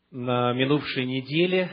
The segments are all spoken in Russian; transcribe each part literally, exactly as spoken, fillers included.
На минувшей неделе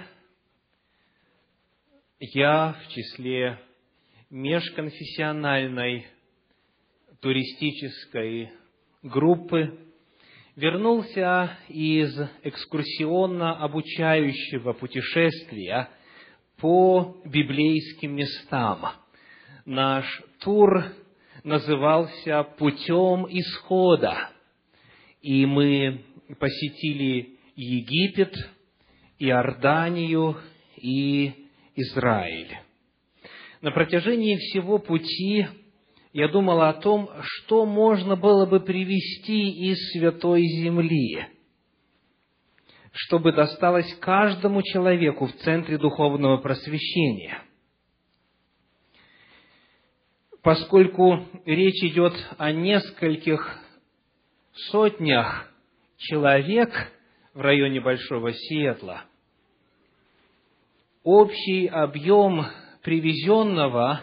я в числе межконфессиональной туристической группы вернулся из экскурсионно-обучающего путешествия по библейским местам. Наш тур назывался «Путем исхода», и мы посетили Египет, Иорданию и Израиль. На протяжении всего пути я думал о том, что можно было бы привезти из Святой Земли, чтобы досталось каждому человеку в центре духовного просвещения. Поскольку речь идет о нескольких сотнях человек в районе Большого Сиэтла, общий объем привезенного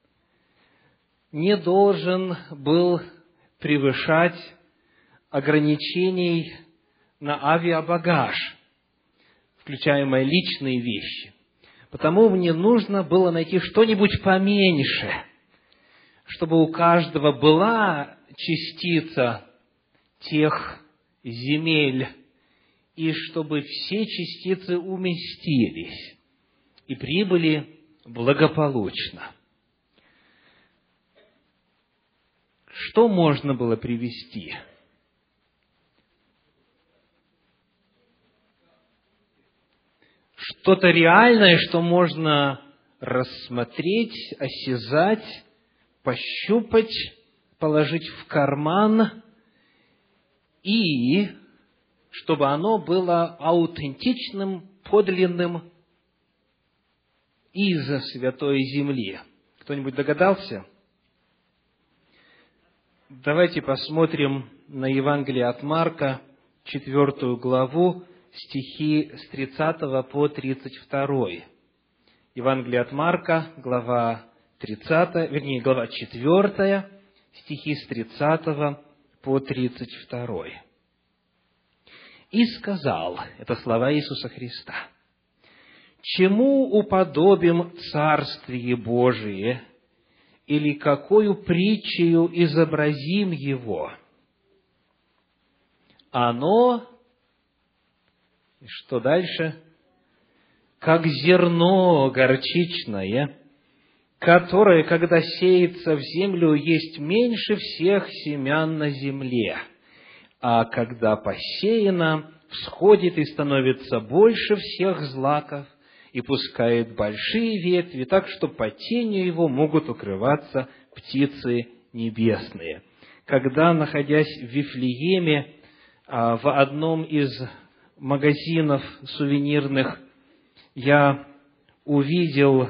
не должен был превышать ограничений на авиабагаж, включая мои личные вещи. Потому мне нужно было найти что-нибудь поменьше, чтобы у каждого была частица тех земель, и чтобы все частицы уместились и прибыли благополучно. Что можно было привезти? Что-то реальное, что можно рассмотреть, осязать, пощупать, положить в карман, и чтобы оно было аутентичным, подлинным из Святой Земли. Кто-нибудь догадался? Давайте посмотрим на Евангелие от Марка, четвертую главу, стихи с тридцатого по тридцать второй. Евангелие от Марка, глава тридцатая, вернее, глава четвертая, стихи с тридцатого по тридцать второй. «И сказал», это слова Иисуса Христа, «чему уподобим Царствие Божие, или какою притчею изобразим его? Оно», и что дальше? «как зерно горчичное, которое, когда сеется в землю, есть меньше всех семян на земле, а когда посеяно, всходит и становится больше всех злаков, и пускает большие ветви, так что по тенью его могут укрываться птицы небесные». Когда, находясь в Вифлееме, в одном из магазинов сувенирных, я увидел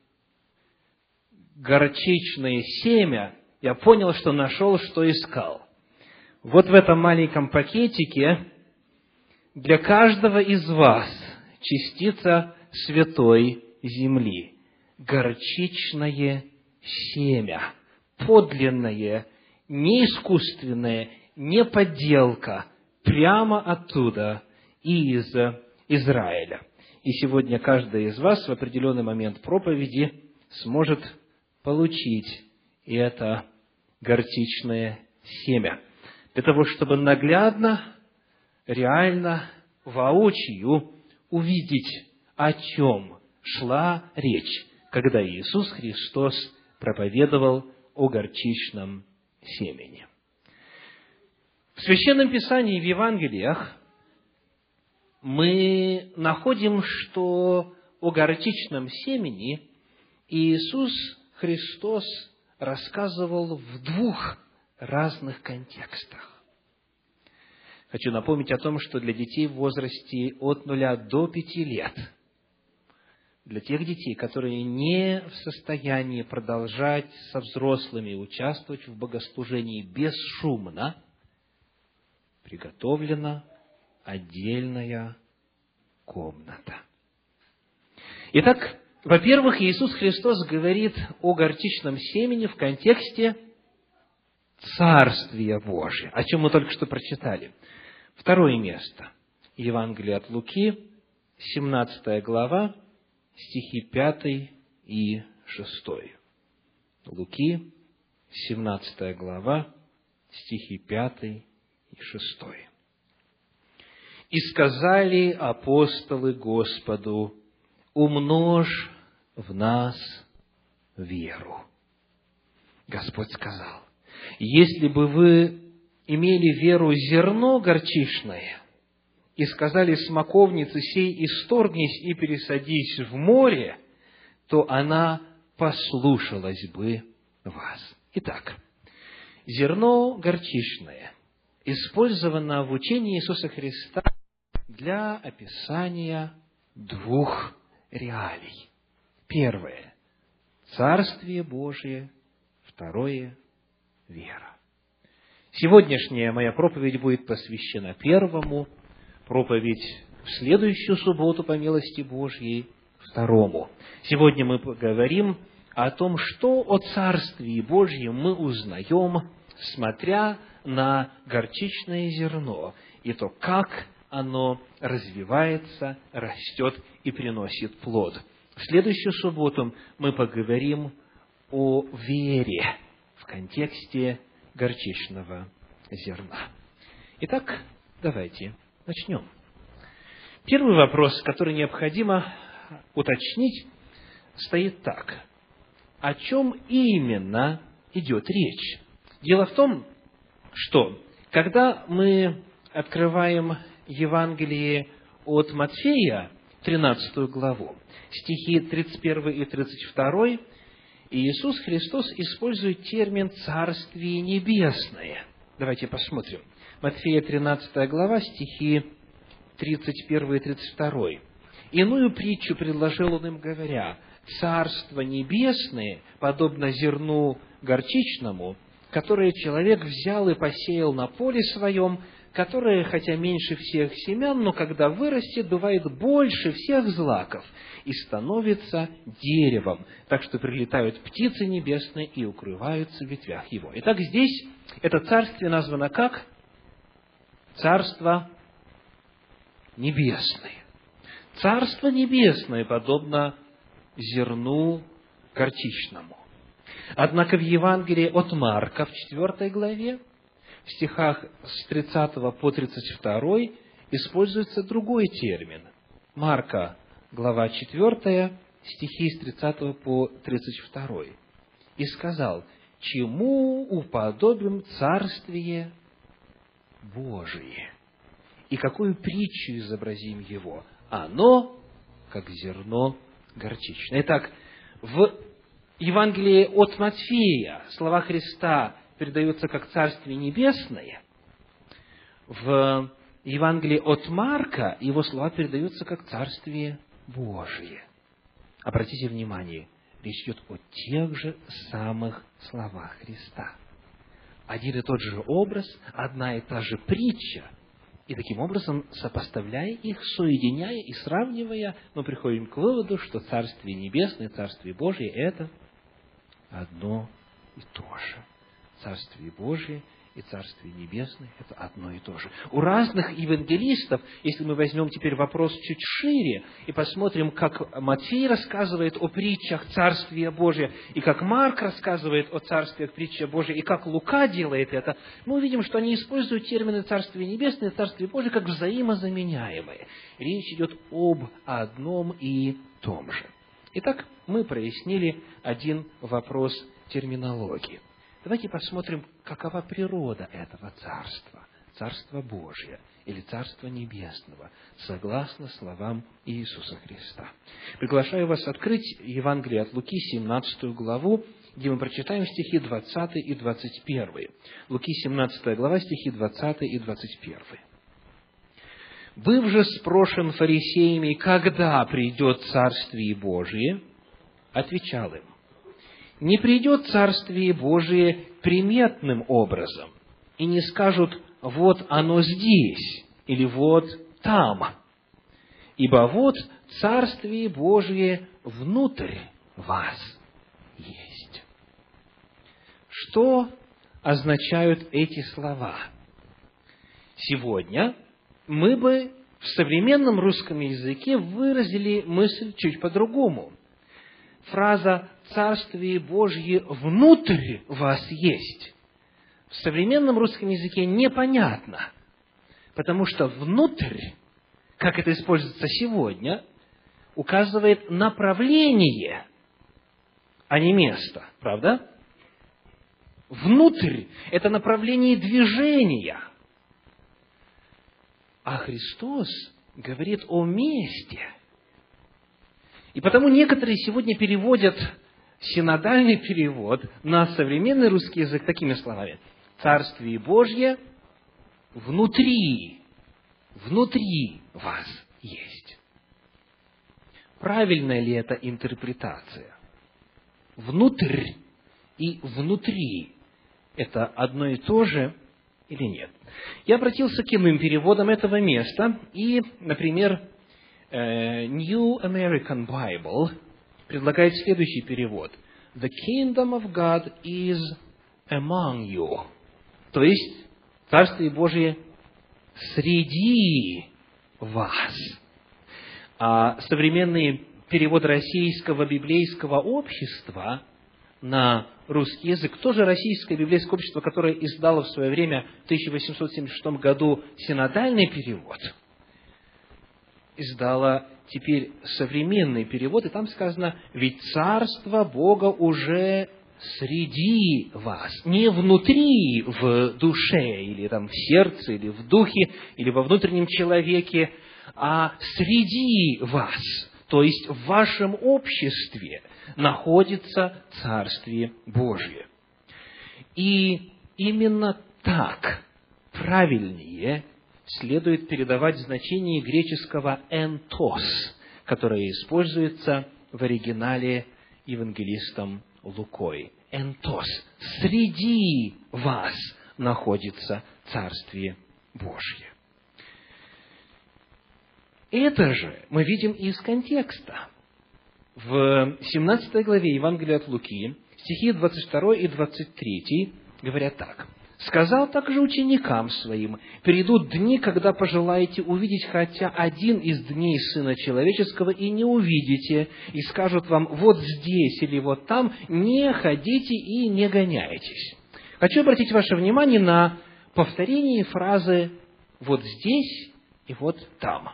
горчичное семя, я понял, что нашел, что искал. Вот в этом маленьком пакетике для каждого из вас частица Святой Земли. Горчичное семя, подлинное, не искусственное, не подделка, прямо оттуда, из Израиля. И сегодня каждый из вас в определенный момент проповеди сможет получить это горчичное семя, для того, чтобы наглядно, реально, воочию увидеть, о чем шла речь, когда Иисус Христос проповедовал о горчичном семени. В Священном Писании, в Евангелиях, мы находим, что о горчичном семени Иисус Христос рассказывал в двух разных контекстах. Хочу напомнить о том, что для детей в возрасте от нуля до пяти лет, для тех детей, которые не в состоянии продолжать со взрослыми участвовать в богослужении бесшумно, приготовлена отдельная комната. Итак, во-первых, Иисус Христос говорит о горчичном семени в контексте Царствия Божия, о чем мы только что прочитали. Второе место. Евангелие от Луки, семнадцатая глава, стихи пятый и шестой. Луки, семнадцатая глава, стихи пятый и шестой. «И сказали апостолы Господу: умножь в нас веру». Господь сказал: если бы вы имели веру зерно горчичное, и сказали смоковнице сей: исторгнись и пересадись в море, то она послушалась бы вас. Итак, зерно горчичное использовано в учении Иисуса Христа для описания двух реалий. Первое – Царствие Божие. Второе – вера. Сегодняшняя моя проповедь будет посвящена первому, проповедь в следующую субботу по милости Божьей второму. Сегодня мы поговорим о том, что о Царствии Божьем мы узнаем, смотря на горчичное зерно, и то, как оно развивается, растет и приносит плод. В следующую субботу мы поговорим о вере в контексте горчичного зерна. Итак, давайте начнем. Первый вопрос, который необходимо уточнить, стоит так. О чем именно идет речь? Дело в том, что когда мы открываем Евангелие от Матфея, тринадцатую главу, стихи тридцать первый и тридцать второй, Иисус Христос использует термин «Царствие Небесное». Давайте посмотрим. Матфея, тринадцатая глава, стихи тридцать первый и тридцать второй. «Иную притчу предложил он им, говоря: Царство Небесное подобно зерну горчичному, которое человек взял и посеял на поле своем, которое, хотя меньше всех семян, но когда вырастет, бывает больше всех злаков и становится деревом, так что прилетают птицы небесные и укрываются в ветвях его». Итак, здесь это царствие названо как? Царство Небесное. Царство Небесное подобно зерну горчичному. Однако в Евангелии от Марка, в четвёртой главе, в стихах с тридцатого по тридцать второй, используется другой термин. Марка, глава четвёртая, стихи с тридцатого по тридцать второй. «И сказал: чему уподобим Царствие Божие? И какую притчу изобразим его? Оно, как зерно горчичное». Итак, в Евангелии от Матфея слова Христа передаются как Царствие Небесное. В Евангелии от Марка его слова передаются как Царствие Божие. Обратите внимание, речь идет о тех же самых словах Христа. Один и тот же образ, одна и та же притча. И таким образом, сопоставляя их, соединяя и сравнивая, мы приходим к выводу, что Царствие Небесное и Царствие Божие – это одно и то же. Царствие Божие и Царствие Небесное – это одно и то же. У разных евангелистов, если мы возьмем теперь вопрос чуть шире и посмотрим, как Матфей рассказывает о притчах Царствия Божия, и как Марк рассказывает о царствиях притча Божия, и как Лука делает это, мы увидим, что они используют термины Царствие Небесное и Царствие Божие как взаимозаменяемые. Речь идет об одном и том же. Итак, мы прояснили один вопрос терминологии. Давайте посмотрим, какова природа этого царства, Царство Божие или Царство Небесного, согласно словам Иисуса Христа. Приглашаю вас открыть Евангелие от Луки, семнадцатую главу, где мы прочитаем стихи двадцатый и двадцать первый. Луки, семнадцатая глава, стихи двадцатый и двадцать первый. «Быв же спрошен фарисеями, когда придет Царствие Божие, отвечал им: не придет Царствие Божие приметным образом, и не скажут: вот оно здесь, или вот там, ибо вот Царствие Божие внутрь вас есть». Что означают эти слова? Сегодня мы бы в современном русском языке выразили мысль чуть по-другому. Фраза «Царствие Божье внутрь вас есть» в современном русском языке непонятно, потому что «внутрь», как это используется сегодня, указывает направление, а не место, правда? Внутрь – это направление движения. А Христос говорит о месте. И потому некоторые сегодня переводят синодальный перевод на современный русский язык такими словами. «Царствие Божье внутри, внутри вас есть». Правильная ли это интерпретация? Внутрь и внутри – это одно и то же или нет? Я обратился к иным переводам этого места, и, например, New American Bible предлагает следующий перевод. The kingdom of God is among you. То есть, Царствие Божие среди вас. А современный перевод Российского библейского общества на русский язык, тоже Российское библейское общество, которое издало в свое время в тысяча восемьсот семьдесят шестом году синодальный перевод, издало теперь современный перевод, и там сказано: «Ведь Царство Бога уже среди вас». Не внутри, в душе, или там в сердце, или в духе, или во внутреннем человеке, а среди вас, то есть в вашем обществе, находится Царствие Божие. И именно так правильнее следует передавать значение греческого «энтос», которое используется в оригинале евангелистом Лукой. «Энтос» – среди вас находится Царствие Божье. Это же мы видим из контекста. В семнадцатой главе Евангелия от Луки, стихи двадцать второй и двадцать третий говорят так. «Сказал также ученикам своим: придут дни, когда пожелаете увидеть хотя один из дней Сына Человеческого, и не увидите, и скажут вам: вот здесь или вот там, не ходите и не гоняйтесь». Хочу обратить ваше внимание на повторение фразы «вот здесь» и «вот там».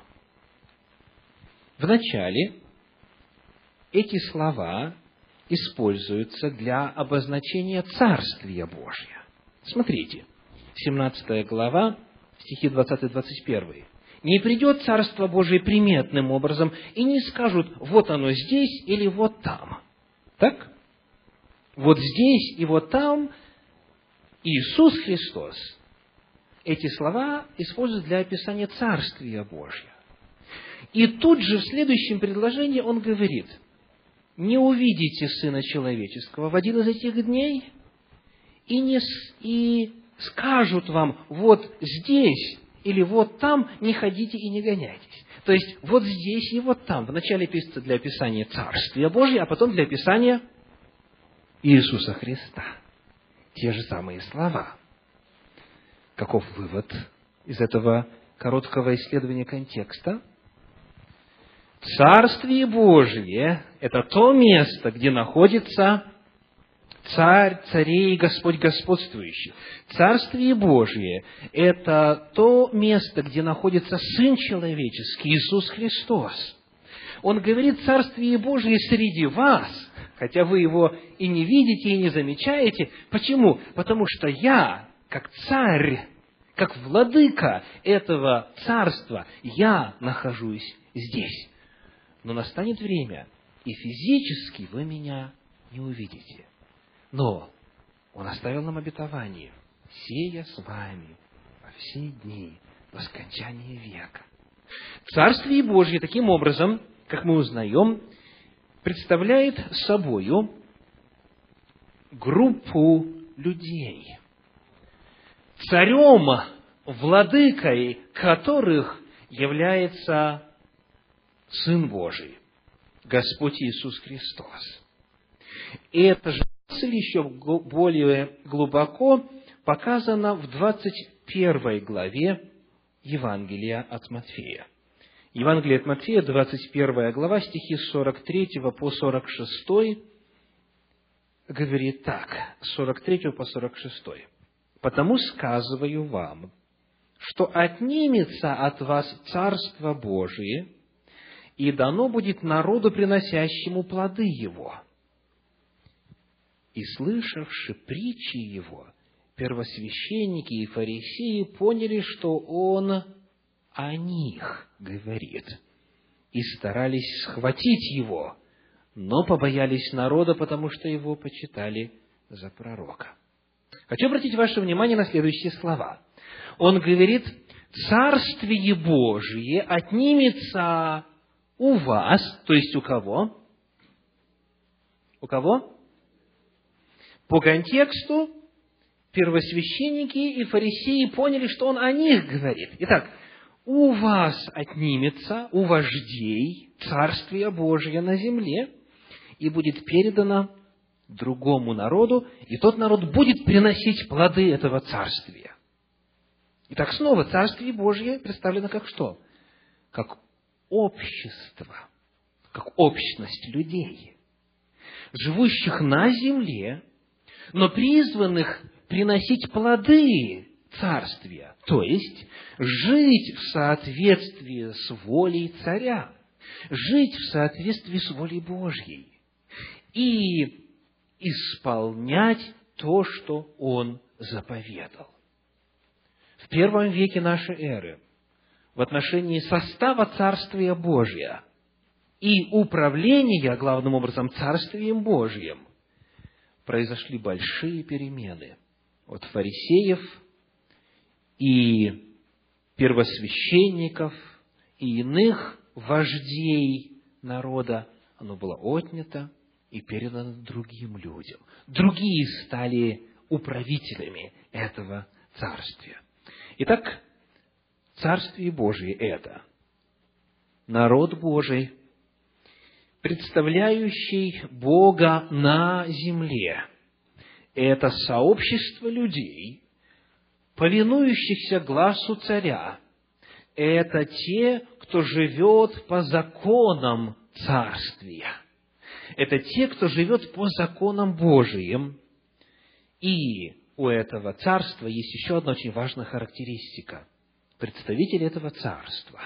Вначале эти слова используются для обозначения Царствия Божия. Смотрите, семнадцатая глава, стихи двадцатый двадцать первый. «Не придет Царство Божие приметным образом, и не скажут: вот оно здесь или вот там». Так? Вот здесь и вот там Иисус Христос эти слова использует для описания Царствия Божия. И тут же в следующем предложении Он говорит: не увидите Сына Человеческого в один из этих дней, и, не, и скажут вам: вот здесь или вот там, не ходите и не гоняйтесь. То есть, вот здесь и вот там. Вначале пишется для описания Царствия Божия, а потом для описания Иисуса Христа. Те же самые слова. Каков вывод из этого короткого исследования контекста? Царствие Божие – это то место, где находится Царь царей и Господь господствующий. Царствие Божие – это то место, где находится Сын Человеческий, Иисус Христос. Он говорит: Царствие Божие среди вас, хотя вы его и не видите, и не замечаете. Почему? Потому что я, как царь, как владыка этого царства, я нахожусь здесь. Но настанет время, и физически вы меня не увидите. Но Он оставил нам обетование: «Сея с вами во все дни до скончания века». Царствие Божье, таким образом, как мы узнаем, представляет собою группу людей, царем, владыкой которых является Сын Божий, Господь Иисус Христос. И эта же мысль еще более глубоко показана в двадцать первой главе Евангелия от Матфея. Евангелие от Матфея, двадцать первая глава, стихи с сорок третьего по сорок шестой, говорит так, с сорок третьего по сорок шестой. «Потому сказываю вам, что отнимется от вас Царство Божие, и дано будет народу, приносящему плоды его. И, слышавши притчи его, первосвященники и фарисеи поняли, что он о них говорит, и старались схватить его, но побоялись народа, потому что его почитали за пророка». Хочу обратить ваше внимание на следующие слова. Он говорит: «Царствие Божие отнимется у вас», то есть у кого? У кого? По контексту первосвященники и фарисеи поняли, что он о них говорит. Итак, у вас отнимется, у вождей, Царствие Божие на земле, и будет передано другому народу, и тот народ будет приносить плоды этого царствия. Итак, снова Царствие Божие представлено как что? Как общество, как общность людей, живущих на земле, но призванных приносить плоды царствия, то есть жить в соответствии с волей царя, жить в соответствии с волей Божьей и исполнять то, что Он заповедал. В первом веке нашей эры в отношении состава Царствия Божия и управления, главным образом, Царствием Божьим произошли большие перемены от фарисеев и первосвященников и иных вождей народа. Оно было отнято и передано другим людям. Другие стали управителями этого царствия. Итак, Царствие Божие – это народ Божий, представляющий Бога на земле. Это сообщество людей, повинующихся гласу царя. Это те, кто живет по законам царствия. Это те, кто живет по законам Божиим. И у этого царства есть еще одна очень важная характеристика. Представители этого царства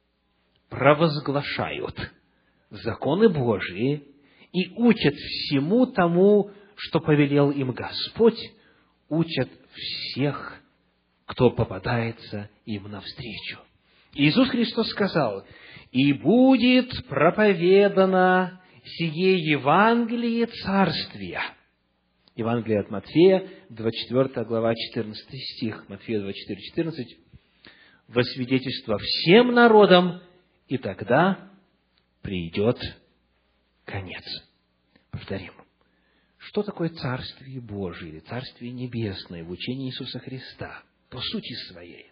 провозглашают законы Божии и учат всему тому, что повелел им Господь, учат всех, кто попадается им навстречу. Иисус Христос сказал: «И будет проповедано сие Евангелие Царствия». Евангелие от Матфея, двадцать четвёртая глава, четырнадцатый стих, Матфея двадцать четыре, четырнадцать. «Во свидетельство всем народам, и тогда придет конец». Повторим. Что такое Царствие Божие или Царствие Небесное в учении Иисуса Христа по сути своей?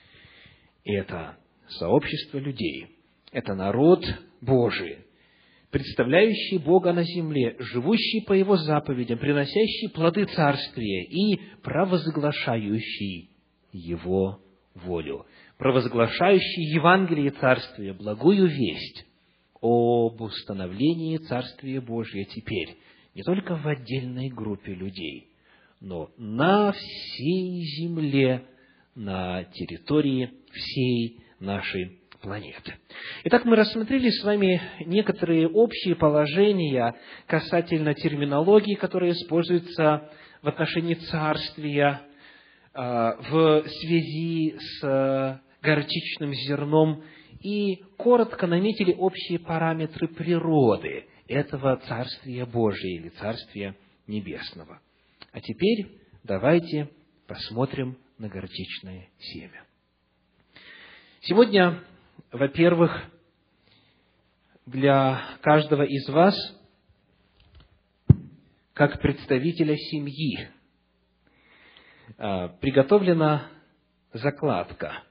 Это сообщество людей, это народ Божий, представляющий Бога на земле, живущий по Его заповедям, приносящий плоды царствия и провозглашающий Его волю, провозглашающий Евангелие Царствия, благую весть об установлении Царствия Божия теперь не только в отдельной группе людей, но на всей земле, на территории всей нашей планеты. Итак, мы рассмотрели с вами некоторые общие положения касательно терминологии, которая используется в отношении царствия в связи с горчичным зерном, и коротко наметили общие параметры природы этого Царствия Божия или Царствия Небесного. А теперь давайте посмотрим на горчичное семя. Сегодня, во-первых, для каждого из вас, как представителя семьи, приготовлена закладка.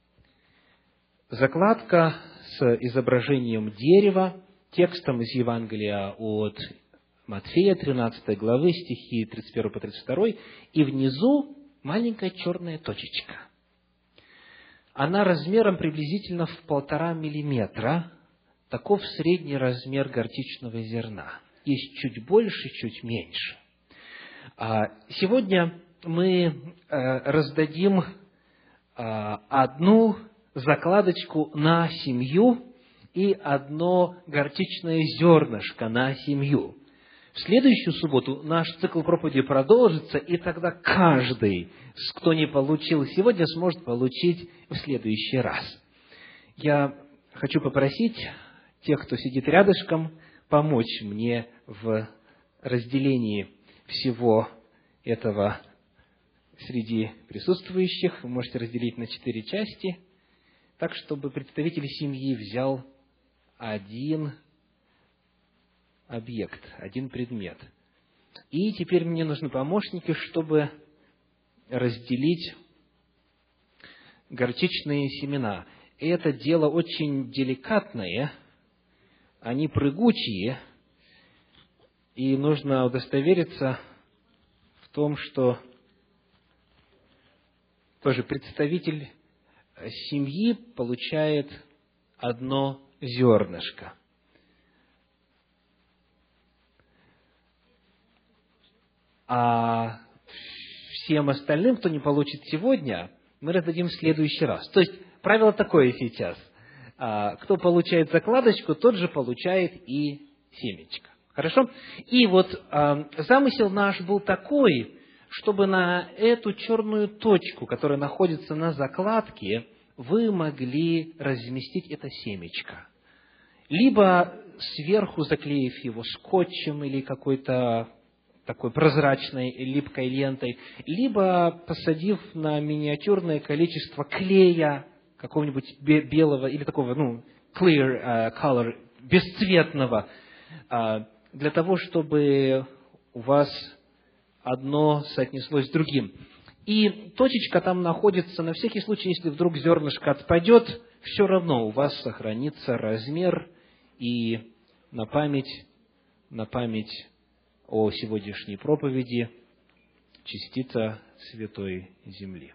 Закладка с изображением дерева, текстом из Евангелия от Матфея, тринадцатой главы, стихи тридцать один по тридцать два, и внизу маленькая черная точечка. она размером приблизительно в полтора миллиметра. Таков средний размер горчичного зерна. Есть чуть больше, чуть меньше. Сегодня мы раздадим одну закладочку на семью и одно горчичное зернышко на семью. В следующую субботу наш цикл проповеди продолжится, и тогда каждый, кто не получил сегодня, сможет получить в следующий раз. Я хочу попросить тех, кто сидит рядышком, помочь мне в разделении всего этого среди присутствующих. Вы можете разделить на четыре части, так, чтобы представитель семьи взял один объект, один предмет. И теперь мне нужны помощники, чтобы разделить горчичные семена. И это дело очень деликатное, они прыгучие, и нужно удостовериться в том, что тоже представитель семьи получает одно зернышко. А всем остальным, кто не получит сегодня, мы раздадим в следующий раз. То есть, правило такое сейчас. Кто получает закладочку, тот же получает и семечко. Хорошо? И вот замысел наш был такой, чтобы на эту черную точку, которая находится на закладке, вы могли разместить это семечко. Либо сверху заклеив его скотчем или какой-то такой прозрачной липкой лентой, либо посадив на миниатюрное количество клея, какого-нибудь белого или такого, ну, clear uh, color, бесцветного, uh, для того, чтобы у вас одно соотнеслось с другим. И точечка там находится, на всякий случай, если вдруг зернышко отпадет, все равно у вас сохранится размер, и на память, на память о сегодняшней проповеди частица Святой Земли.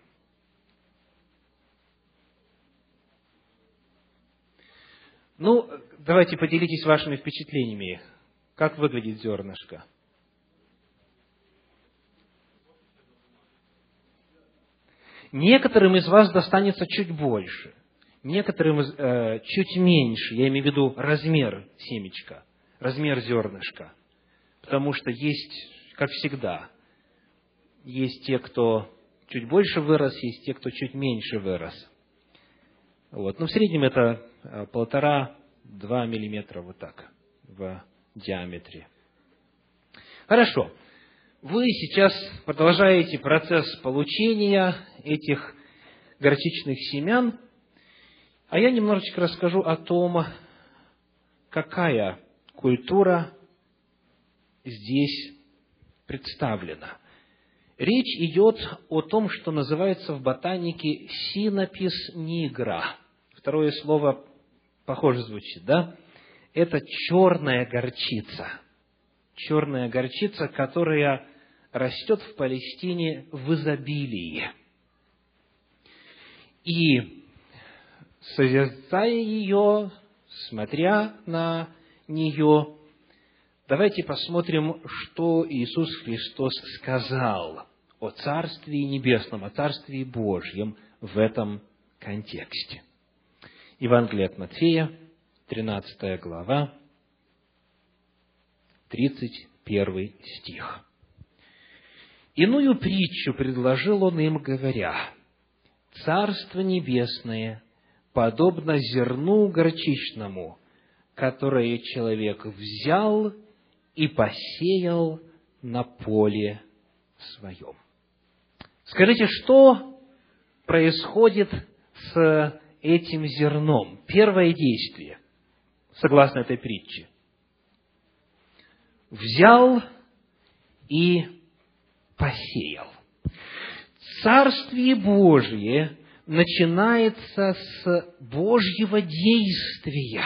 Ну, давайте поделитесь вашими впечатлениями. Как выглядит зернышко? Некоторым из вас достанется чуть больше, некоторым э, чуть меньше, я имею в виду размер семечка, размер зернышка. Потому что есть, как всегда, есть те, кто чуть больше вырос, есть те, кто чуть меньше вырос. Вот. Но в среднем это полтора-два миллиметра вот так в диаметре. Хорошо. Вы сейчас продолжаете процесс получения этих горчичных семян, а я немножечко расскажу о том, какая культура здесь представлена. Речь идет о том, что называется в ботанике синапис нигра. Второе слово похоже звучит, да? Это черная горчица. Черная горчица, которая растет в Палестине в изобилии. И, созерцая ее, смотря на нее, давайте посмотрим, что Иисус Христос сказал о Царствии Небесном, о Царствии Божьем в этом контексте. Евангелие от Матфея, тринадцатая глава, тридцать первый стих. «Иную притчу предложил он им, говоря: Царство Небесное подобно зерну горчичному, которое человек взял и посеял на поле своем». Скажите, что происходит с этим зерном? Первое действие, согласно этой притче. Взял и посеял. Царствие Божие начинается с Божьего действия.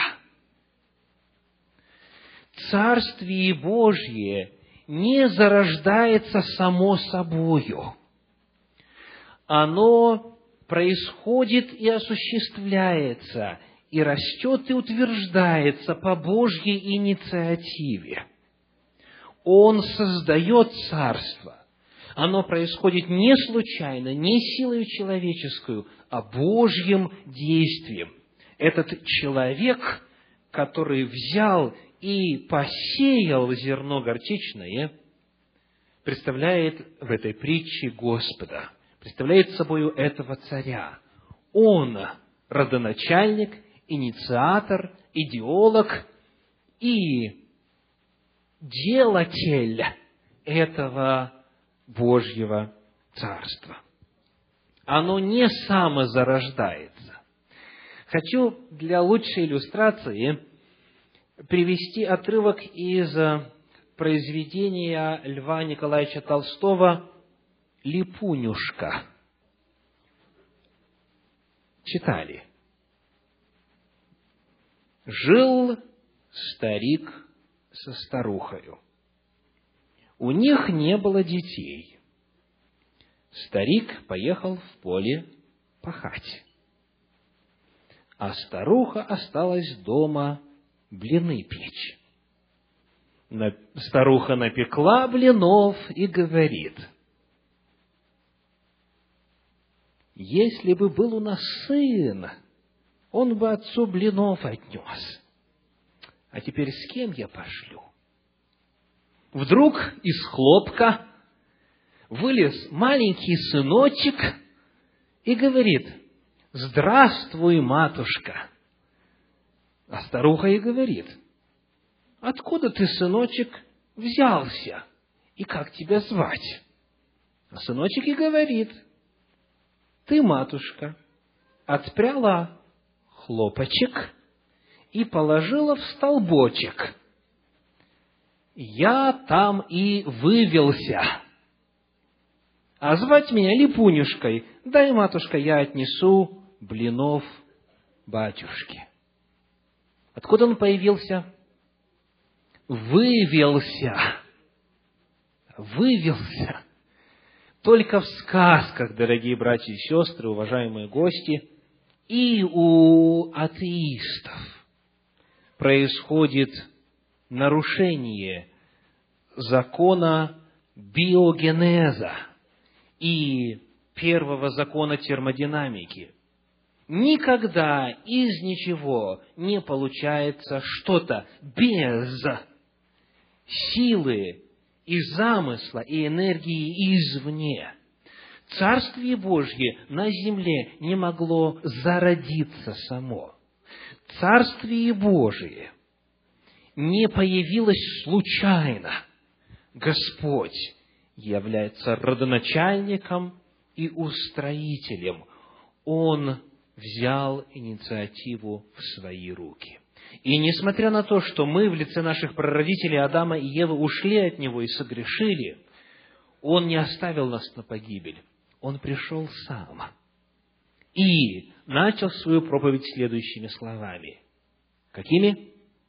Царствие Божье не зарождается само собою. Оно происходит и осуществляется, и растет и утверждается по Божьей инициативе. Он создает царство. Оно происходит не случайно, не силой человеческую, а Божьим действием. Этот человек, который взял и посеял зерно горчичное, представляет в этой притче Господа, представляет собою этого царя. Он родоначальник, инициатор, идеолог и делатель этого Божьего царства. Оно не самозарождается. Хочу для лучшей иллюстрации привести отрывок из произведения Льва Николаевича Толстого «Липунюшка». Читали. Жил старик со старухою. У них не было детей. Старик поехал в поле пахать, а старуха осталась дома блины печь. Старуха напекла блинов и говорит: если бы был у нас сын, он бы отцу блинов отнес. А теперь с кем я пошлю? Вдруг из хлопка вылез маленький сыночек и говорит: здравствуй, матушка. А старуха и говорит: откуда ты, сыночек, взялся? И как тебя звать? А сыночек и говорит: ты, матушка, отпряла хлопочек и положила в столбочек. Я там и вывелся. А звать меня Липунюшкой. Дай, матушка, я отнесу блинов батюшке. Откуда он появился? Вывелся. Вывелся. Только в сказках, дорогие братья и сестры, уважаемые гости, и у атеистов происходит нарушение закона биогенеза и первого закона термодинамики. Никогда из ничего не получается что-то без силы и замысла, и энергии извне. Царствие Божье на земле не могло зародиться само. Царствие Божие не появилось случайно. Господь является родоначальником и устроителем. Он взял инициативу в свои руки. И несмотря на то, что мы в лице наших прародителей Адама и Евы ушли от Него и согрешили, Он не оставил нас на погибель. Он пришел сам и начал свою проповедь следующими словами. Какими?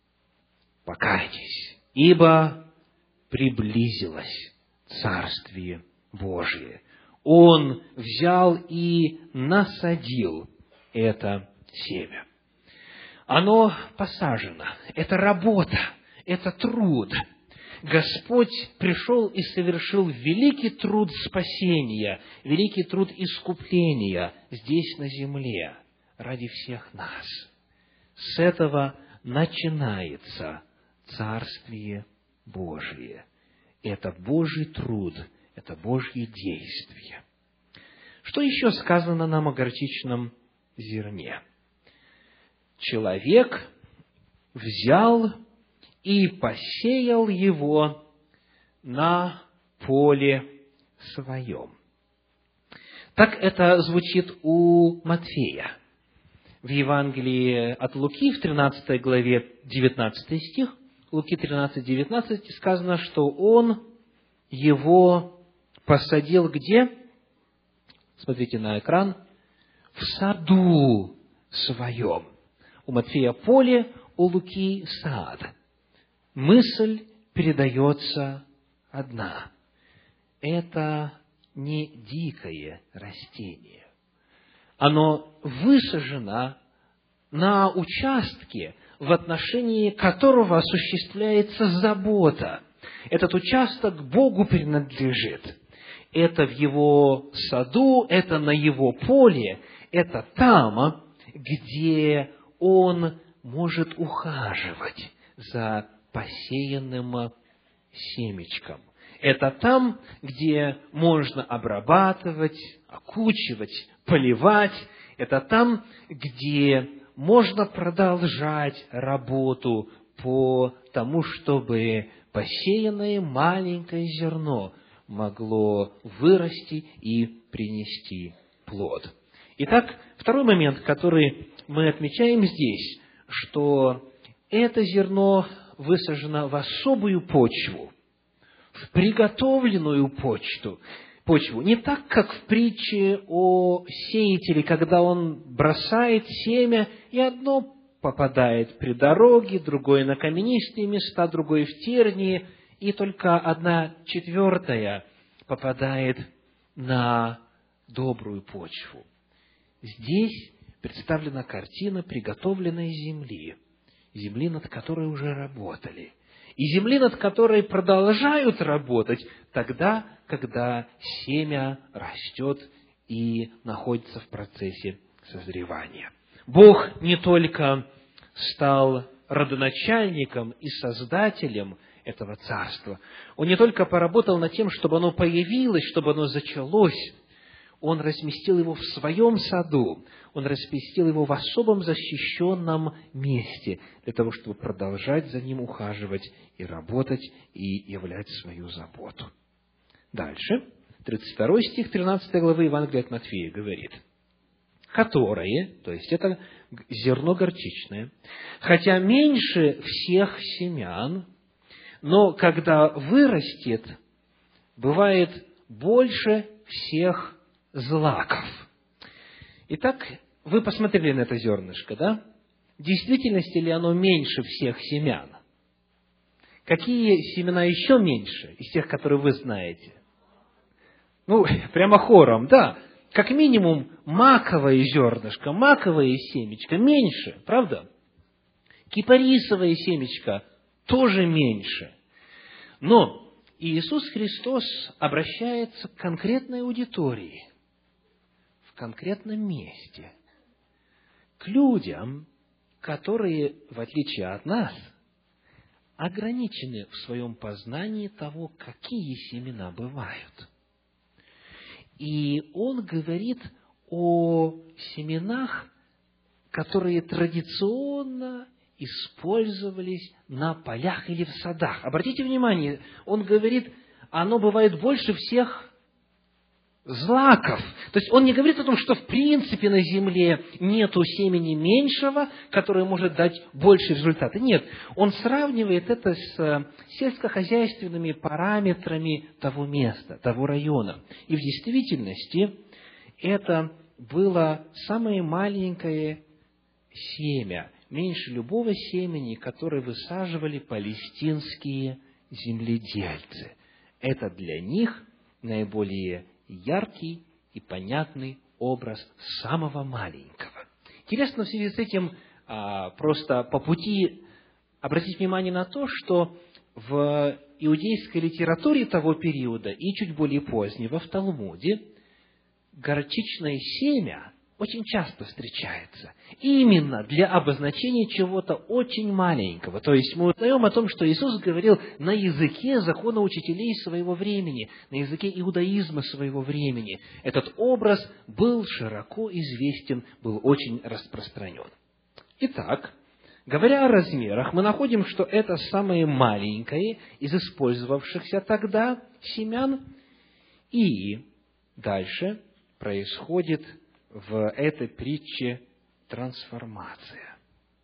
Покайтесь, ибо приблизилось Царствие Божие. Он взял и насадил это семя. Оно посажено. Это работа, это труд. Господь пришел и совершил великий труд спасения, великий труд искупления здесь на земле ради всех нас. С этого начинается Царствие Божие. Это Божий труд, это Божье действие. Что еще сказано нам о горчичном зерне? Человек взял и посеял его на поле своем. Так это звучит у Матфея. В Евангелии от Луки, в тринадцатой главе, девятнадцатый стих, Луки тринадцать, девятнадцать, сказано, что он его посадил где? Смотрите на экран. В саду своем. У Матфея поле, у Луки сад. Мысль передается одна. Это не дикое растение. оно высажено на участке, в отношении которого осуществляется забота. Этот участок Богу принадлежит. Это в Его саду, это на Его поле, это там, где Он может ухаживать за посеянным семечком. Это там, где можно обрабатывать, окучивать, поливать. Это там, где можно продолжать работу по тому, чтобы посеянное маленькое зерно могло вырасти и принести плод. Итак, второй момент, который мы отмечаем здесь, что это зерно высажено в особую почву, в приготовленную почту, почву. Не так, как в притче о сеятеле, когда он бросает семя, и одно попадает при дороге, другое на каменистые места, другое в тернии, и только одна четвертая попадает на добрую почву. Здесь представлена картина приготовленной земли, земли, над которой уже работали, и земли, над которой продолжают работать тогда, когда семя растет и находится в процессе созревания. Бог не только стал родоначальником и создателем этого царства, Он не только поработал над тем, чтобы оно появилось, чтобы оно зачалось, Он разместил его в своем саду, Он разместил его в особом защищенном месте, для того, чтобы продолжать за ним ухаживать и работать, и являть свою заботу. Дальше, тридцать второй стих тринадцатой главы Евангелия от Матфея говорит: «Которое», то есть это зерно горчичное, «хотя меньше всех семян, но когда вырастет, бывает больше всех злаков». Итак, вы посмотрели на это зернышко, да? В действительности ли оно меньше всех семян? Какие семена еще меньше из тех, которые вы знаете? Ну, прямо хором, да. Как минимум, маковое зернышко, маковое семечко меньше, правда? Кипарисовое семечко тоже меньше. Но Иисус Христос обращается к конкретной аудитории, в конкретном месте, к людям, которые, в отличие от нас, ограничены в своем познании того, какие семена бывают. И Он говорит о семенах, которые традиционно использовались на полях или в садах. Обратите внимание, Он говорит, оно бывает больше всех злаков. То есть Он не говорит о том, что в принципе на земле нету семени меньшего, которое может дать больше результата. Нет, Он сравнивает это с сельскохозяйственными параметрами того места, того района. И в действительности это было самое маленькое семя, меньше любого семени, которое высаживали палестинские земледельцы. Это для них наиболее яркий и понятный образ самого маленького. Интересно в связи с этим а, просто по пути обратить внимание на то, что в иудейской литературе того периода и чуть более позднего в Талмуде горчичное семя очень часто встречается именно для обозначения чего-то очень маленького. То есть мы узнаем о том, что Иисус говорил на языке законоучителей своего времени, на языке иудаизма своего времени. Этот образ был широко известен, был очень распространен. Итак, говоря о размерах, мы находим, что это самое маленькое из использовавшихся тогда семян, и дальше происходит в этой притче трансформация,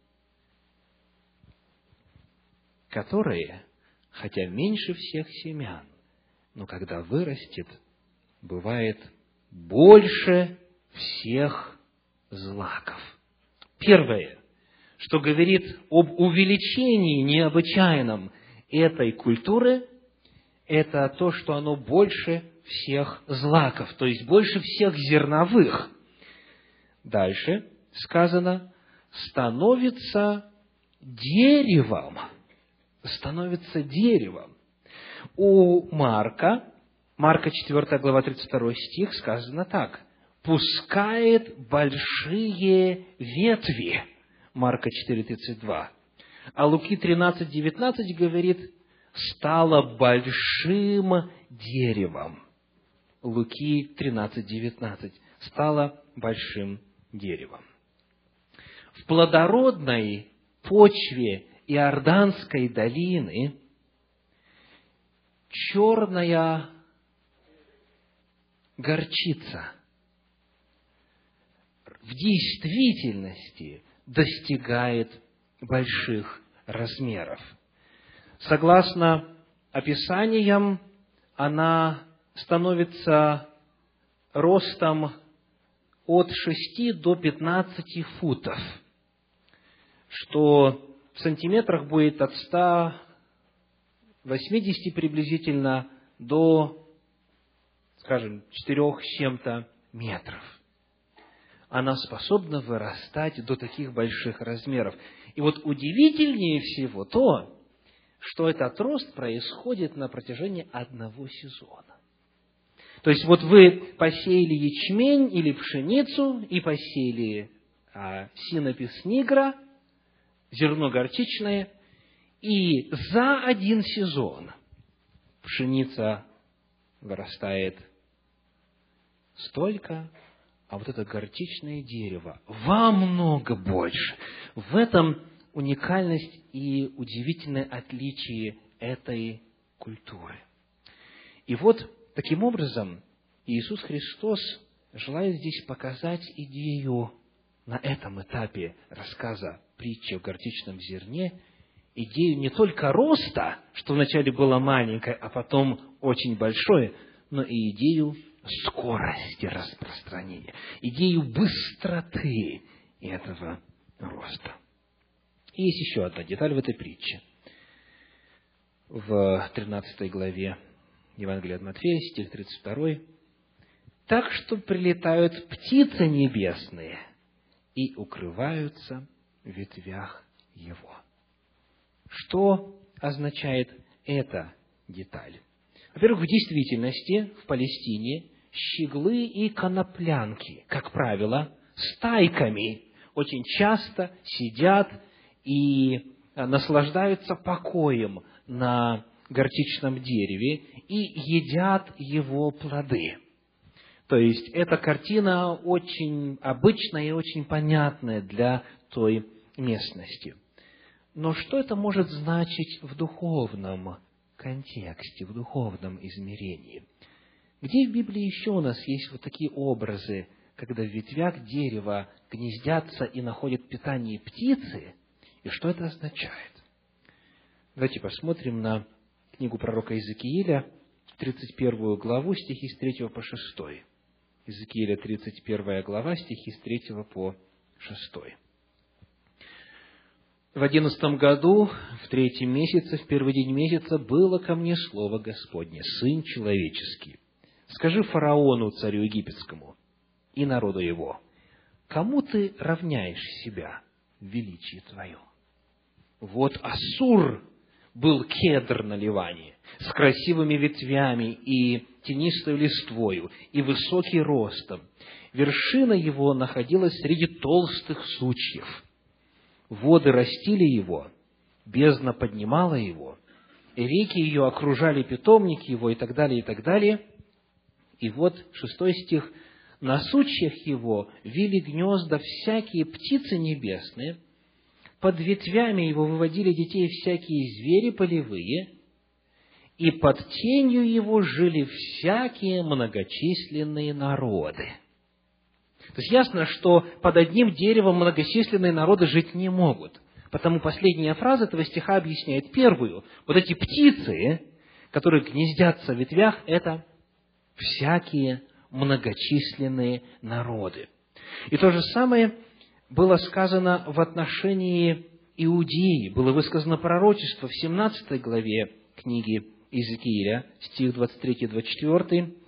которая, хотя меньше всех семян, но когда вырастет, бывает больше всех злаков. Первое, что говорит об увеличении необычайном этой культуры, это то, что оно больше всех злаков, то есть больше всех зерновых. дальше сказано, становится деревом. Становится деревом. У Марка, Марка четвёртая глава, тридцать второй стих, сказано так: «Пускает большие ветви». Марка четыре, тридцать два. А Луки тринадцать, девятнадцать говорит: «Стало большим деревом». Луки тринадцать, девятнадцать. «Стало большим деревом». В плодородной почве Иорданской долины черная горчица в действительности достигает больших размеров. Согласно описаниям, она становится ростом от шести до пятнадцати футов, что в сантиметрах будет от ста восьмидесяти приблизительно до, скажем, четырех с чем-то метров. Она способна вырастать до таких больших размеров. И вот удивительнее всего то, что этот рост происходит на протяжении одного сезона. То есть, вот вы посеяли ячмень или пшеницу и посеяли а, синопис нигра, зерно горчичное, и за один сезон пшеница вырастает столько, а вот это горчичное дерево во много больше. В этом уникальность и удивительное отличие этой культуры. И вот, таким образом, Иисус Христос желает здесь показать идею на этом этапе рассказа притчи о горчичном зерне, идею не только роста, что вначале было маленькое, а потом очень большое, но и идею скорости распространения, идею быстроты этого роста. И есть еще одна деталь в этой притче. В тринадцатой главе Евангелия от Матфея, стих тридцать второй. «Так что прилетают птицы небесные и укрываются в ветвях его». Что означает эта деталь? Во-первых, в действительности в Палестине щеглы и коноплянки, как правило, стайками очень часто сидят и наслаждаются покоем на горчичном дереве и едят его плоды. То есть, эта картина очень обычная и очень понятная для той местности. Но что это может значить в духовном контексте, в духовном измерении? Где в Библии еще у нас есть вот такие образы, когда в ветвях дерева гнездятся и находят питание птицы, и что это означает? Давайте посмотрим на книгу пророка Иезекииля, тридцать первую главу, стихи с третьего по шестой. Иезекииля, тридцать первая глава, стихи с третьего по шестой. «В одиннадцатом году, в третьем месяце, в первый день месяца, было ко мне слово Господне, Сын человеческий. Скажи фараону, царю египетскому, и народу его, кому ты равняешь себя в величии твоем? Вот Ассур был кедр на Ливане, с красивыми ветвями и тенистой листвою, и высокий ростом. Вершина его находилась среди толстых сучьев. Воды растили его, бездна поднимала его, и реки ее окружали питомники его, и так далее, и так далее. И вот шестой стих. На сучьях его вили гнезда всякие птицы небесные, под ветвями его выводили детей всякие звери полевые, и под тенью его жили всякие многочисленные народы». То есть ясно, что под одним деревом многочисленные народы жить не могут. Потому последняя фраза этого стиха объясняет первую. Вот эти птицы, которые гнездятся в ветвях, это всякие многочисленные народы. И то же самое было сказано в отношении Иудеи. Было высказано пророчество в семнадцатой главе книги Иезекииля, стих двадцать три двадцать четыре.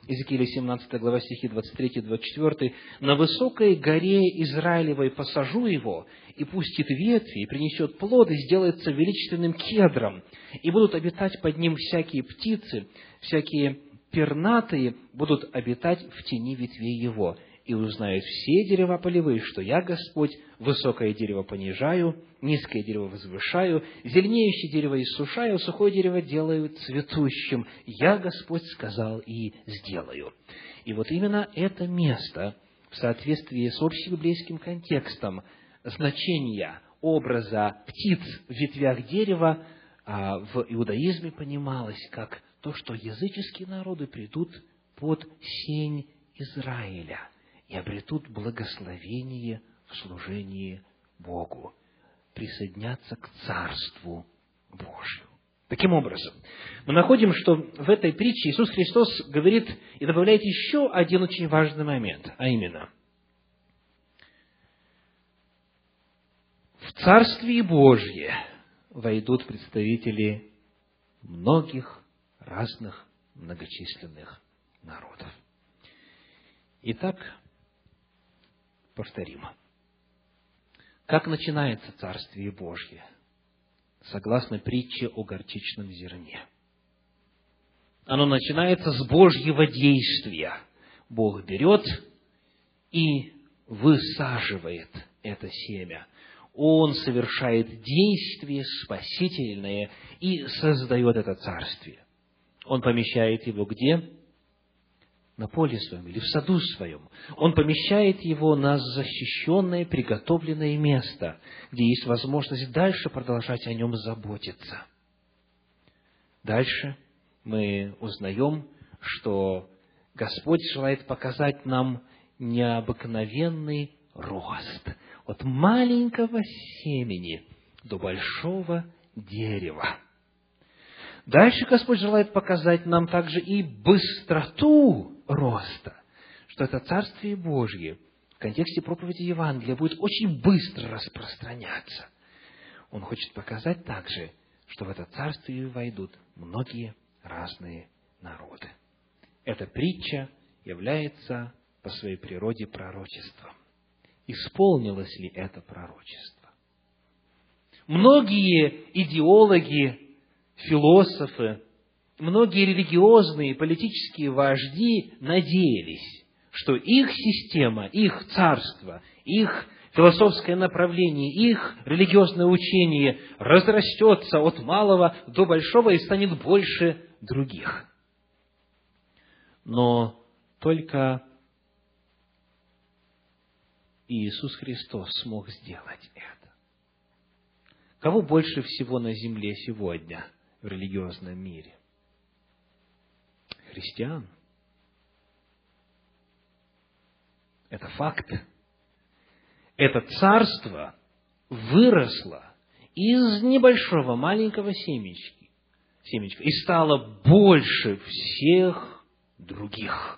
Иезекииля семнадцатая глава, стихи двадцать три двадцать четыре. «На высокой горе Израилевой посажу его, и пустит ветви, и принесет плод, и сделается величественным кедром, и будут обитать под ним всякие птицы, всякие пернатые будут обитать в тени ветвей его. И узнают все дерева полевые, что я, Господь, высокое дерево понижаю, низкое дерево возвышаю, зеленеющее дерево иссушаю, сухое дерево делаю цветущим. Я, Господь, сказал и сделаю». И вот именно это место, в соответствии с общебиблейским контекстом, значения образа птиц в ветвях дерева в иудаизме понималось как то, что языческие народы придут под сень Израиля и обретут благословение в служении Богу, присоединятся к Царству Божию. Таким образом, мы находим, что в этой притче Иисус Христос говорит и добавляет еще один очень важный момент, а именно, в Царствие Божье войдут представители многих разных многочисленных народов. Итак, повторим. Как начинается Царствие Божье? Согласно притче о горчичном зерне. Оно начинается с Божьего действия. Бог берет и высаживает это семя. Он совершает действие спасительное и создает это царствие. Он помещает его где? На поле своем или в саду своем. Он помещает его на защищенное, приготовленное место, где есть возможность дальше продолжать о нем заботиться. Дальше мы узнаем, что Господь желает показать нам необыкновенный рост от маленького семени до большого дерева. Дальше Господь желает показать нам также и быстроту роста, что это Царствие Божье в контексте проповеди Евангелия будет очень быстро распространяться. Он хочет показать также, что в это Царствие войдут многие разные народы. Эта притча является по своей природе пророчеством. Исполнилось ли это пророчество? Многие идеологи, философы, многие религиозные и политические вожди надеялись, что их система, их царство, их философское направление, их религиозное учение разрастется от малого до большого и станет больше других. Но только Иисус Христос смог сделать это. Кого больше всего на земле сегодня в религиозном мире? Христиан. Это факт. Это царство выросло из небольшого маленького семечки, семечка и стало больше всех других.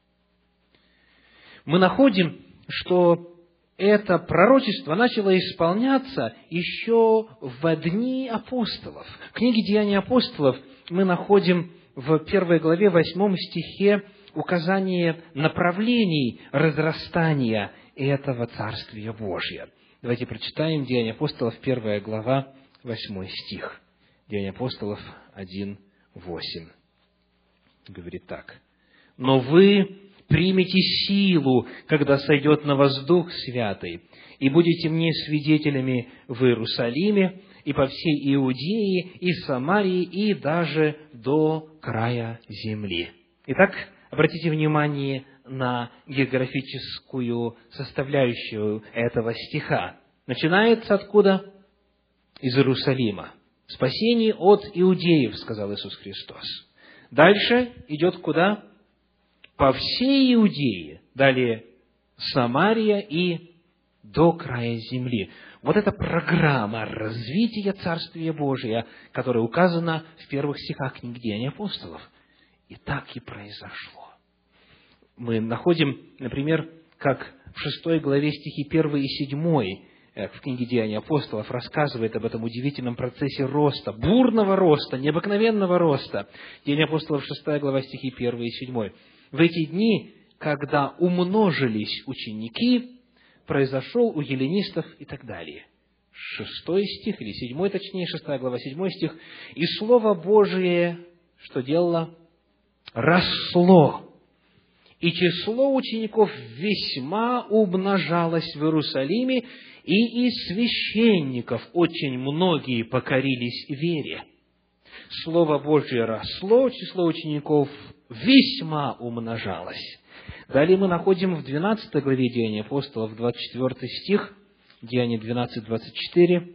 Мы находим, что это пророчество начало исполняться еще в дни апостолов. В книге «Деяния апостолов» мы находим в первой главе, восьмом стихе, указание направлений разрастания этого Царствия Божия. Давайте прочитаем Деяния апостолов, первая глава, восьмой стих. Деяния апостолов один, восемь. Говорит так. «Но вы примите силу, когда сойдет на вас Дух Святый, и будете мне свидетелями в Иерусалиме, и по всей Иудее, и Самарии, и даже до края земли». Итак, обратите внимание на географическую составляющую этого стиха. Начинается откуда? Из Иерусалима. «Спасение от иудеев», сказал Иисус Христос. Дальше идет куда? По всей Иудее, далее Самария и до края земли. Вот эта программа развития Царствия Божия, которая указана в первых стихах книги Деяний апостолов. И так и произошло. Мы находим, например, как в шестой главе стихи первый и седьмой в книге Деяний апостолов рассказывает об этом удивительном процессе роста, бурного роста, необыкновенного роста. Деяния апостолов, шестая глава, стихи первый и седьмой. В эти дни, когда умножились ученики, произошел у эллинистов и так далее. Шестой стих, или седьмой, точнее, шестая глава, седьмой стих. «И Слово Божие, что делало? Росло, и число учеников весьма умножалось в Иерусалиме, и из священников очень многие покорились вере». Слово Божие росло, число учеников весьма умножалось. Далее мы находим в двенадцатой главе Деяний апостолов, двадцать четвёртый стих, Деяния двенадцать, двадцать четыре.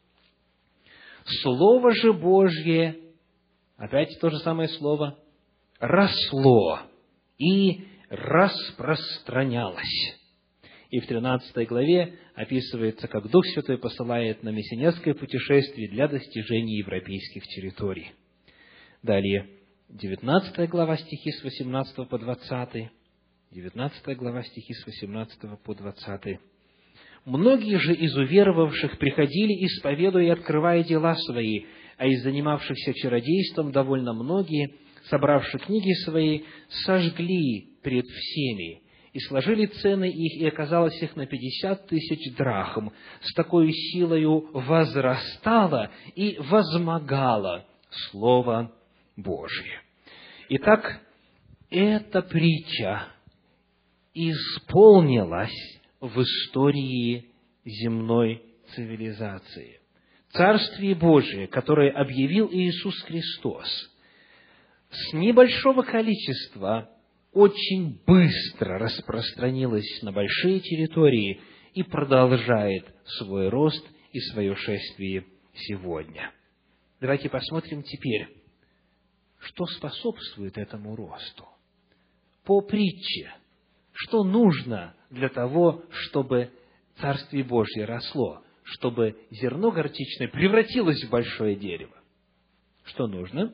«Слово же Божье», опять то же самое слово, «росло и распространялось». И в тринадцатой главе описывается, как Дух Святой посылает на миссионерское путешествие для достижения европейских территорий. Далее, девятнадцатая глава, стихи с восемнадцатого по двадцатый. девятнадцатая глава, стихи с восемнадцатого по двадцатый. «Многие же из уверовавших приходили, исповедуя и открывая дела свои, а из занимавшихся чародейством довольно многие, собравши книги свои, сожгли пред всеми, и сложили цены их, и оказалось их на пятьдесят тысяч драхм. С такой силою возрастало и возмогало Слово Божие». Итак, эта притча исполнилась в истории земной цивилизации. Царствие Божие, которое объявил Иисус Христос, с небольшого количества очень быстро распространилось на большие территории и продолжает свой рост и свое шествие сегодня. Давайте посмотрим теперь, что способствует этому росту. По притче, что нужно для того, чтобы Царствие Божье росло, чтобы зерно горчичное превратилось в большое дерево? Что нужно?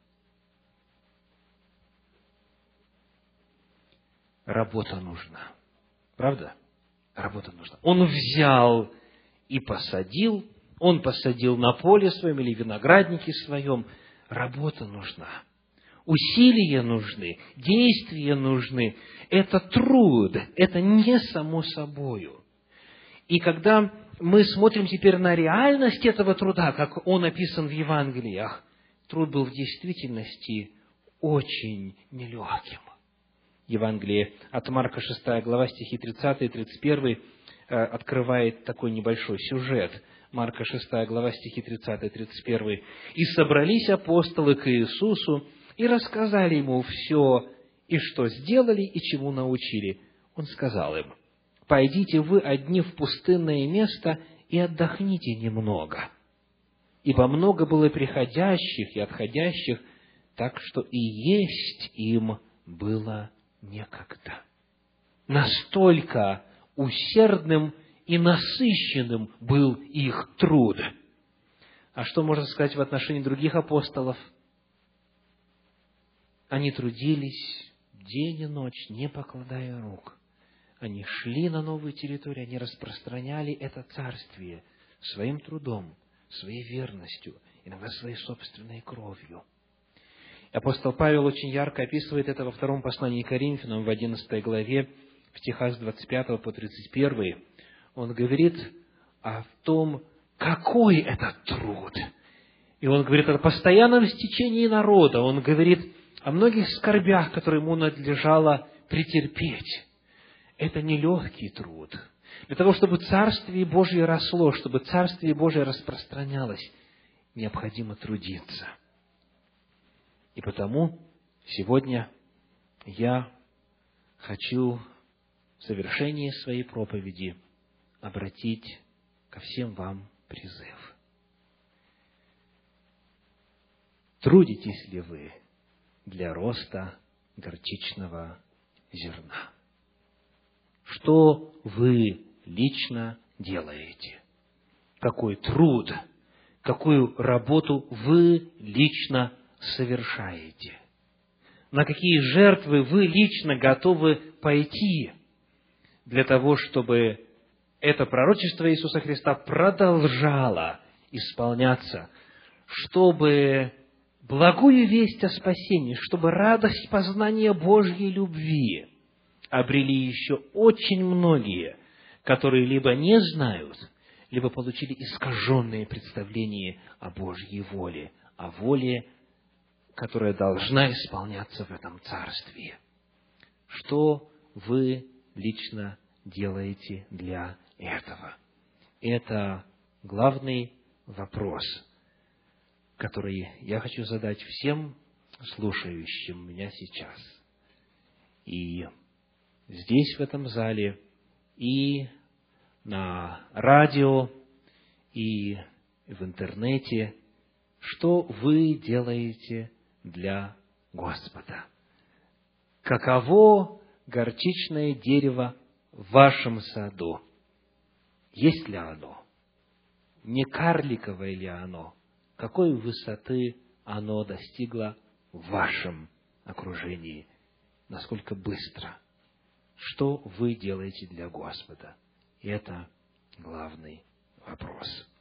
Работа нужна. Правда? Работа нужна. Он взял и посадил, он посадил на поле своем или винограднике своем. Работа нужна. Усилия нужны, действия нужны. Это труд, это не само собою. И когда мы смотрим теперь на реальность этого труда, как он описан в Евангелиях, труд был в действительности очень нелегким. Евангелие от Марка, шестая глава, стихи тридцатый и тридцать первый, открывает такой небольшой сюжет. Марка, шестая глава, стихи тридцатый и тридцать первый. «И собрались апостолы к Иисусу, и рассказали ему все, и что сделали, и чему научили. Он сказал им: пойдите вы одни в пустынное место и отдохните немного. Ибо много было приходящих и отходящих, так что и есть им было некогда». Настолько усердным и насыщенным был их труд. А что можно сказать в отношении других апостолов? Они трудились день и ночь, не покладая рук. Они шли на новую территорию, они распространяли это царствие своим трудом, своей верностью, иногда своей собственной кровью. Апостол Павел очень ярко описывает это во втором послании к Коринфянам, в одиннадцатой главе, в стихах с двадцать пятого по тридцать первый. Он говорит о том, какой это труд. И он говорит о постоянном стечении народа. Он говорит о многих скорбях, которые ему надлежало претерпеть. Это нелегкий труд. Для того, чтобы Царствие Божие росло, чтобы Царствие Божие распространялось, необходимо трудиться. И потому сегодня я хочу в завершении своей проповеди обратить ко всем вам призыв. Трудитесь ли вы для роста горчичного зерна? Что вы лично делаете? Какой труд, какую работу вы лично совершаете? На какие жертвы вы лично готовы пойти для того, чтобы это пророчество Иисуса Христа продолжало исполняться, чтобы благую весть о спасении, чтобы радость познания Божьей любви обрели еще очень многие, которые либо не знают, либо получили искаженные представления о Божьей воле, о воле, которая должна исполняться в этом царстве. Что вы лично делаете для этого? Это главный вопрос, который я хочу задать всем слушающим меня сейчас. И здесь, в этом зале, и на радио, и в интернете, что вы делаете для Господа? Каково горчичное дерево в вашем саду? Есть ли оно? Не карликовое ли оно? Какой высоты оно достигло в вашем окружении? Насколько быстро? Что вы делаете для Господа? Это главный вопрос.